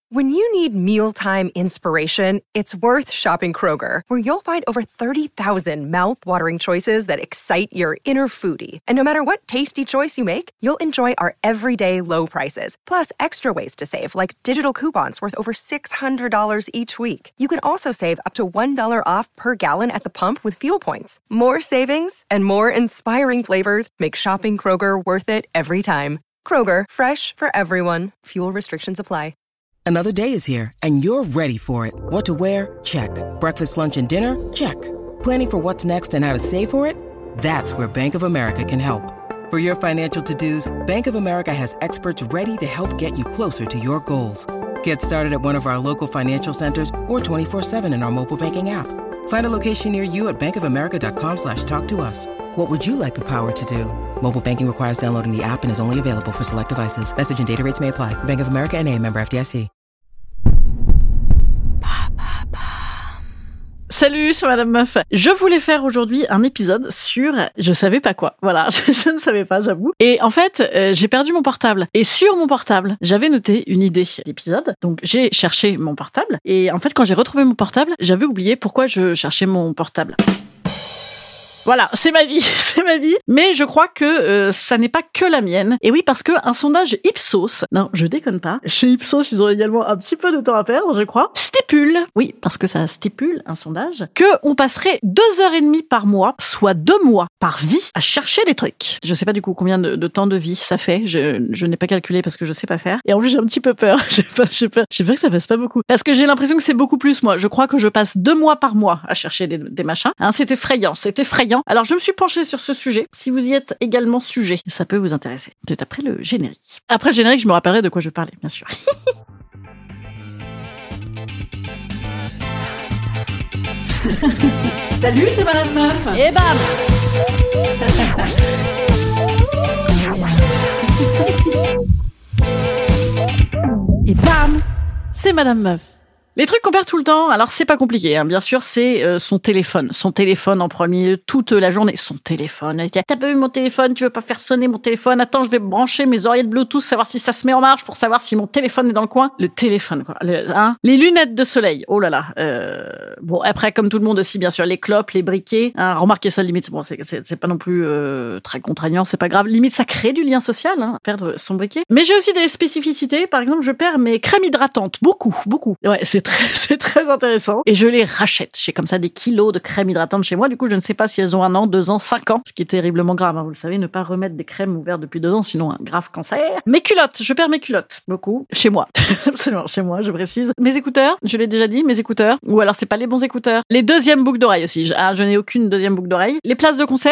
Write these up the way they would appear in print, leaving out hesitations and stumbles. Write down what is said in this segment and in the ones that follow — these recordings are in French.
When you need mealtime inspiration, it's worth shopping Kroger, where you'll find over 30,000 mouth-watering choices that excite your inner foodie. And no matter what tasty choice you make, you'll enjoy our everyday low prices, plus extra ways to save, like digital coupons worth over $600 each week. You can also save up to $1 off per gallon at the pump with fuel points. More savings and more inspiring flavors make shopping Kroger worth it every time. Kroger, fresh for everyone. Fuel restrictions apply. Another day is here, and you're ready for it. What to wear? Check. Breakfast, lunch, and dinner? Check. Planning for what's next and how to save for it? That's where Bank of America can help. For your financial to-dos, Bank of America has experts ready to help get you closer to your goals. Get started at one of our local financial centers or 24/7 in our mobile banking app. Find a location near you at bankofamerica.com/talktous. What would you like the power to do? Mobile banking requires downloading the app and is only available for select devices. Message and data rates may apply. Bank of America N.A., member FDIC. Salut, c'est Madame Meuf. Je voulais faire aujourd'hui un épisode sur je savais pas quoi. Voilà, je ne savais pas, j'avoue. Et en fait, j'ai perdu mon portable. Et sur mon portable, j'avais noté une idée d'épisode. Donc j'ai cherché mon portable. Et en fait, quand j'ai retrouvé mon portable, j'avais oublié pourquoi je cherchais mon portable. Voilà, c'est ma vie, c'est ma vie. Mais je crois que ça n'est pas que la mienne. Et oui, parce que un sondage Ipsos, non, je déconne pas, chez Ipsos, ils ont également un petit peu de temps à perdre, je crois, stipule, oui, parce que ça stipule un sondage, que on passerait 2h30 par mois, soit 2 mois par vie, à chercher les trucs. Je sais pas du coup combien de temps de vie ça fait, je n'ai pas calculé parce que je sais pas faire. Et en plus, j'ai un petit peu peur, j'ai peur que ça fasse pas beaucoup. Parce que j'ai l'impression que c'est beaucoup plus, moi. Je crois que je passe 2 mois par mois à chercher des machins. Hein, c'est effrayant. Alors, je me suis penchée sur ce sujet. Si vous y êtes également sujet, ça peut vous intéresser. C'est après le générique. Après le générique, je me rappellerai de quoi je parlais, bien sûr. Salut, c'est Madame Meuf. Et bam. Et bam, c'est Madame Meuf. Les trucs qu'on perd tout le temps, alors c'est pas compliqué, hein. Bien sûr, c'est son téléphone en premier, toute la journée, son téléphone. T'as pas vu mon téléphone, tu veux pas faire sonner mon téléphone, attends, je vais brancher mes oreillettes Bluetooth, savoir si ça se met en marche pour savoir si mon téléphone est dans le coin. Le téléphone, quoi. Les lunettes de soleil, oh là là. Bon, après, comme tout le monde aussi, bien sûr, les clopes, les briquets. Hein, remarquez ça, limite, bon, c'est pas non plus très contraignant, c'est pas grave. Limite, ça crée du lien social, hein, perdre son briquet. Mais j'ai aussi des spécificités, par exemple, je perds mes crèmes hydratantes, beaucoup. Ouais, c'est très intéressant. Et je les rachète. J'ai comme ça des kilos de crème hydratante chez moi. Du coup, je ne sais pas si elles ont 1 an, 2 ans, 5 ans. Ce qui est terriblement grave, hein. Vous le savez, ne pas remettre des crèmes ouvertes depuis 2 ans, sinon un grave cancer. Mes culottes. Je perds mes culottes. Beaucoup. Chez moi. Absolument. Chez moi, je précise. Mes écouteurs. Je l'ai déjà dit, mes écouteurs. Ou alors, c'est pas les bons écouteurs. Les deuxièmes boucles d'oreilles aussi. Je n'ai aucune deuxième boucle d'oreille. Les places de concert.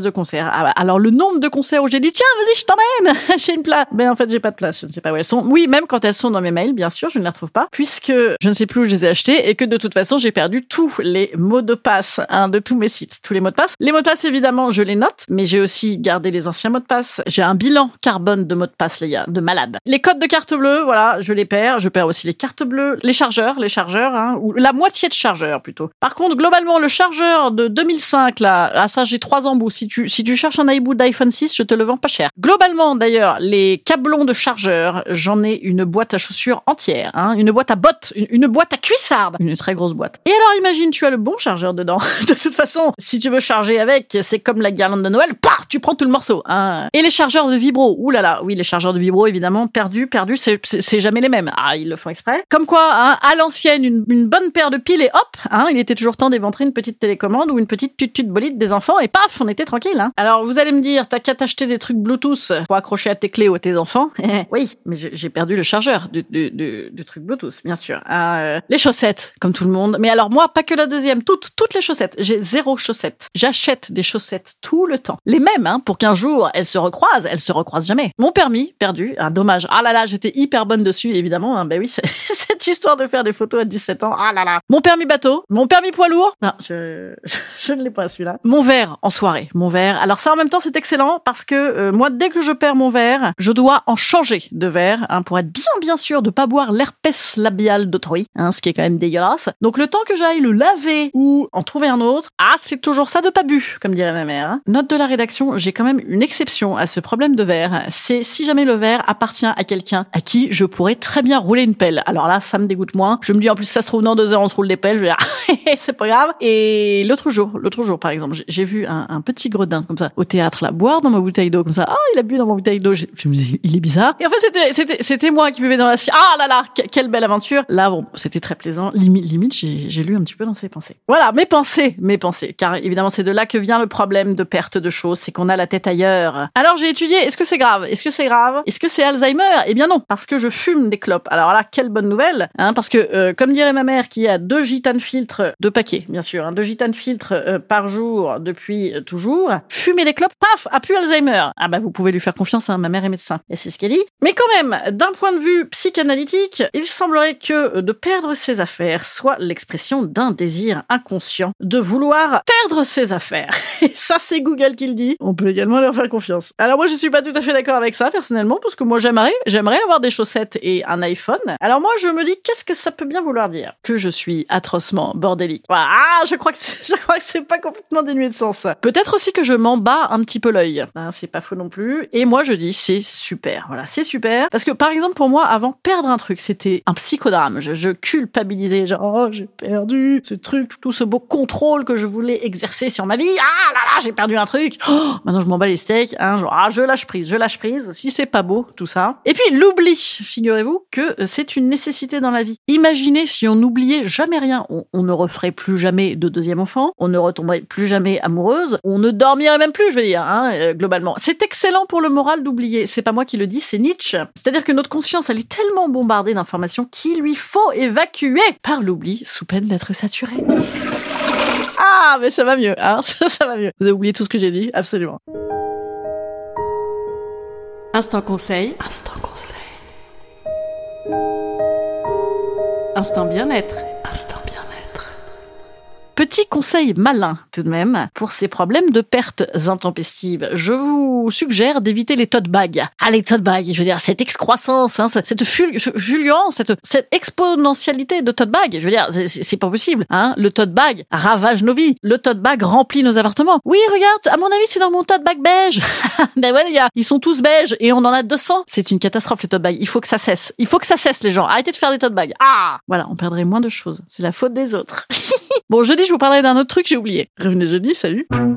Ah, alors, le nombre de concerts où j'ai dit, tiens, vas-y, je t'emmène. J'ai une place. Ben, en fait, j'ai pas de place. Je ne sais pas où elles sont. Oui, même quand elles sont dans mes mails, bien sûr, je ne les retrouve pas. Puisque je ne sais plus où je les ai achetés et que de toute façon, j'ai perdu tous les mots de passe, hein, de tous mes sites. Tous les mots de passe. Les mots de passe, évidemment, je les note, mais j'ai aussi gardé les anciens mots de passe. J'ai un bilan carbone de mots de passe, les gars, de malade. Les codes de carte bleue, voilà, je les perds. Je perds aussi les cartes bleues, les chargeurs, hein, ou la moitié de chargeur, plutôt. Par contre, globalement, le chargeur de 2005, là, ça, j'ai 3 embouts. Si tu cherches un iBoot d'iPhone 6, je te le vends pas cher. Globalement, d'ailleurs, les câblons de chargeur, j'en ai une boîte à chaussures entière, hein, une boîte à bottes, une boîte à cuissardes, une très grosse boîte. Et alors, imagine, tu as le bon chargeur dedans. De toute façon, si tu veux charger avec, c'est comme la guirlande de Noël, tu prends tout le morceau, hein. Et les chargeurs de vibro, oulala, oui, les chargeurs de vibro, évidemment, perdus, c'est jamais les mêmes. Ah, ils le font exprès. Comme quoi, hein, à l'ancienne, une bonne paire de piles et hop, hein, il était toujours temps d'éventrer une petite télécommande ou une petite tutute bolide des enfants et paf, on était tranquille, hein. Alors, vous allez me dire, t'as qu'à t'acheter des trucs Bluetooth pour accrocher à tes clés ou à tes enfants. Oui, mais j'ai perdu le chargeur du truc Bluetooth, bien sûr. Les chaussettes, comme tout le monde. Mais alors moi, pas que la deuxième, toutes les chaussettes. J'ai 0 chaussettes. J'achète des chaussettes tout le temps. Les mêmes, hein, pour qu'un jour, elles se recroisent jamais. Mon permis, perdu, dommage. Ah là là, j'étais hyper bonne dessus, évidemment, hein. Ben oui, c'est cette histoire de faire des photos à 17 ans. Ah là là. Mon permis bateau, mon permis poids lourd. Non, je ne l'ai pas, celui-là. Mon verre en soirée, Alors ça, en même temps, c'est excellent parce que moi, dès que je perds mon verre, je dois en changer de verre, hein, pour être bien sûr de pas boire l'herpès labial d'autoroute. oui, ce qui est quand même dégueulasse. Donc le temps que j'aille le laver ou en trouver un autre, c'est toujours ça de pas bu, comme dirait ma mère. Note de la rédaction, j'ai quand même une exception à ce problème de verre. C'est si jamais le verre appartient à quelqu'un à qui je pourrais très bien rouler une pelle. Alors là, ça me dégoûte moins. Je me dis en plus ça se trouve dans 2 heures on se roule des pelles. Je vais dire c'est pas grave. Et l'autre jour par exemple, j'ai vu un petit gredin comme ça au théâtre là boire dans ma bouteille d'eau comme ça. Il a bu dans ma bouteille d'eau. Je me dis il est bizarre. Et en fait c'était moi qui buvais dans la cire. Ah là là, quelle belle aventure. Là bon, c'était très plaisant. Limite j'ai lu un petit peu dans ses pensées. Voilà, mes pensées. Car évidemment c'est de là que vient le problème de perte de choses, c'est qu'on a la tête ailleurs. Alors j'ai étudié, est-ce que c'est grave? Est-ce que c'est Alzheimer? Eh bien non, parce que je fume des clopes. Alors là, quelle bonne nouvelle, parce que comme dirait ma mère qui a 2 gitanes filtres, 2 paquets bien sûr, 2 gitanes filtres par jour depuis toujours, fumer des clopes, paf, a plus Alzheimer. Vous pouvez lui faire confiance, ma mère est médecin. Et c'est ce qu'elle dit. Mais quand même, d'un point de vue psychanalytique, il semblerait que de perdre ses affaires soit l'expression d'un désir inconscient de vouloir perdre ses affaires. Et ça, c'est Google qui le dit. On peut également leur faire confiance. Alors moi, je suis pas tout à fait d'accord avec ça, personnellement, parce que moi, j'aimerais avoir des chaussettes et un iPhone. Alors moi, je me dis, qu'est-ce que ça peut bien vouloir dire? Que je suis atrocement bordélique. Je crois que c'est pas complètement dénué de sens. Peut-être aussi que je m'en bats un petit peu l'œil. C'est pas faux non plus. Et moi, je dis, c'est super. Voilà, c'est super. Parce que, par exemple, pour moi, avant, perdre un truc, c'était un psychodrame. Je culpabilisais, genre, j'ai perdu ce truc, tout ce beau contrôle que je voulais exercer sur ma vie. Ah là là, j'ai perdu un truc. Maintenant, je m'en bats les steaks. Je lâche prise. Si c'est pas beau, tout ça. Et puis, l'oubli. Figurez-vous que c'est une nécessité dans la vie. Imaginez si on n'oubliait jamais rien. On ne referait plus jamais de deuxième enfant. On ne retomberait plus jamais amoureuse. On ne dormirait même plus, je veux dire, globalement. C'est excellent pour le moral d'oublier. C'est pas moi qui le dis, c'est Nietzsche. C'est-à-dire que notre conscience, elle est tellement bombardée d'informations qu'il lui faut évacuer par l'oubli sous peine d'être saturée. Mais ça va mieux, ça va mieux. Vous avez oublié tout ce que j'ai dit, absolument. Instant conseil. Instant bien-être. Petit conseil malin, tout de même, pour ces problèmes de pertes intempestives. Je vous suggère d'éviter les tote bags. Les tote bags, je veux dire, cette excroissance, cette fulgurance, cette exponentialité de tote bags. Je veux dire, c'est pas possible, Le tote bag ravage nos vies. Le tote bag remplit nos appartements. Oui, regarde, à mon avis, c'est dans mon tote bag beige. Ben ouais, les gars, ils sont tous beiges et on en a 200. C'est une catastrophe, les tote bags. Il faut que ça cesse, les gens. Arrêtez de faire des tote bags. Voilà, on perdrait moins de choses. C'est la faute des autres. Bon, jeudi, je vous parlerai d'un autre truc, j'ai oublié. Revenez jeudi, salut.